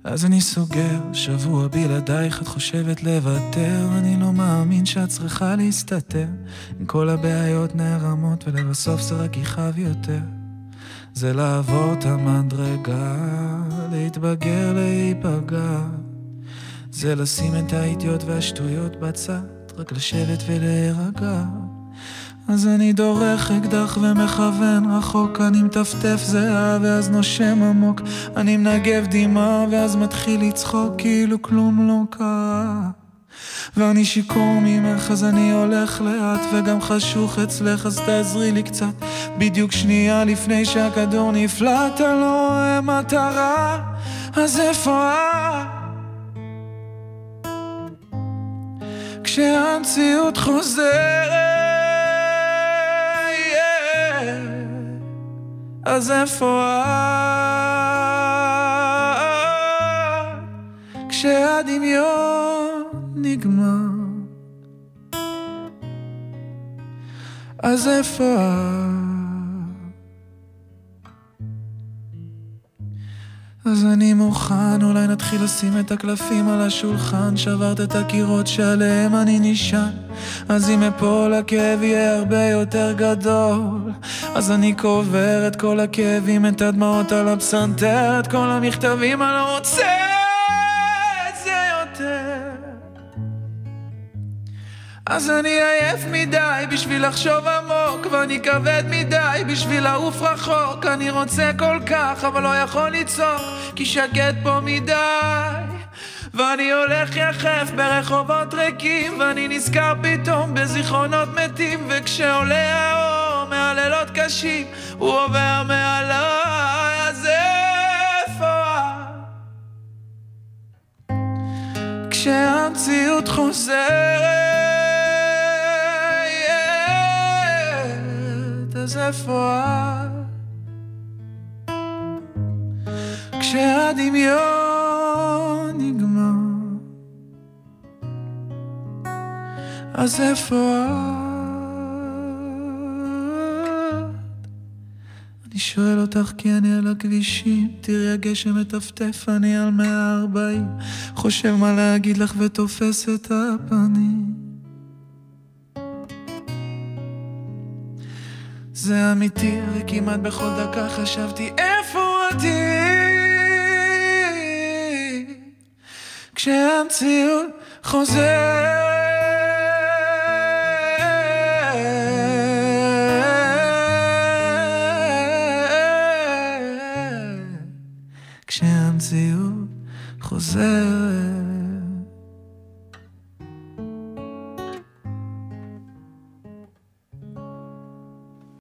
אז אני סוגר, שבוע בלעדייך את חושבת לוותר. אני לא מאמין שאת צריכה להסתתר, עם כל הבעיות נערמות ולבסוף זה רק יכאב יותר. זה לעבור את המדרגה, להתבגר, להיפגע. זה לשים את האידיוט והשטויות בצד, רק לשבת ולהירגע. אז אני דורך אקדח ומכוון רחוק, אני מטפטף זהה ואז נושם עמוק, אני מנגב דמעה ואז מתחיל לצחוק כאילו כלום לא קרה. ואני שיקור ממך אז אני הולך לאט וגם חשוך אצלך, אז תעזרי לי קצת. בדיוק שנייה לפני שהכדור נפלט אני לא רואה מטרה. אז איפה את? כשהמציאות חוזרת, אז איפה את? כשהדמיון נגמר, אז איפה את? אז אני מוכן, אולי נתחיל לשים את הקלפים על השולחן. שברת את הקירות שעליהם אני נשען, אז אם אפול הכאב יהיה הרבה יותר גדול. אז אני קובר את כל הכאבים, את הדמעות על הפסנתר, את כל המכתבים אני לא רוצה את זה יותר. אז אני עייף מדי בשביל לחשוב עמוק, ואני כבד מדי בשביל לעוף רחוק. אני רוצה כל כך אבל לא יכול לצעוק, כי שקט פה מדי. ואני הולך יחף ברחובות ריקים, ואני נזכר פתאום בזיכרונות מתים. וכשעולה האור מהלילות קשים הוא עובר מעליי, אז איפה את? כשהמציאות חוזרת, אז איפה את? כשהדמיון נגמר, אז איפה את? אני שואל אותך כי אני על הכבישים, תראי הגשם מטפטף, אני על 140, חושב מה להגיד לך ותופס את הפנים. זה אמיתי, וכמעט בכל דקה חשבתי איפה אותי. כשהמציאות חוזרת, כשהמציאות חוזרת.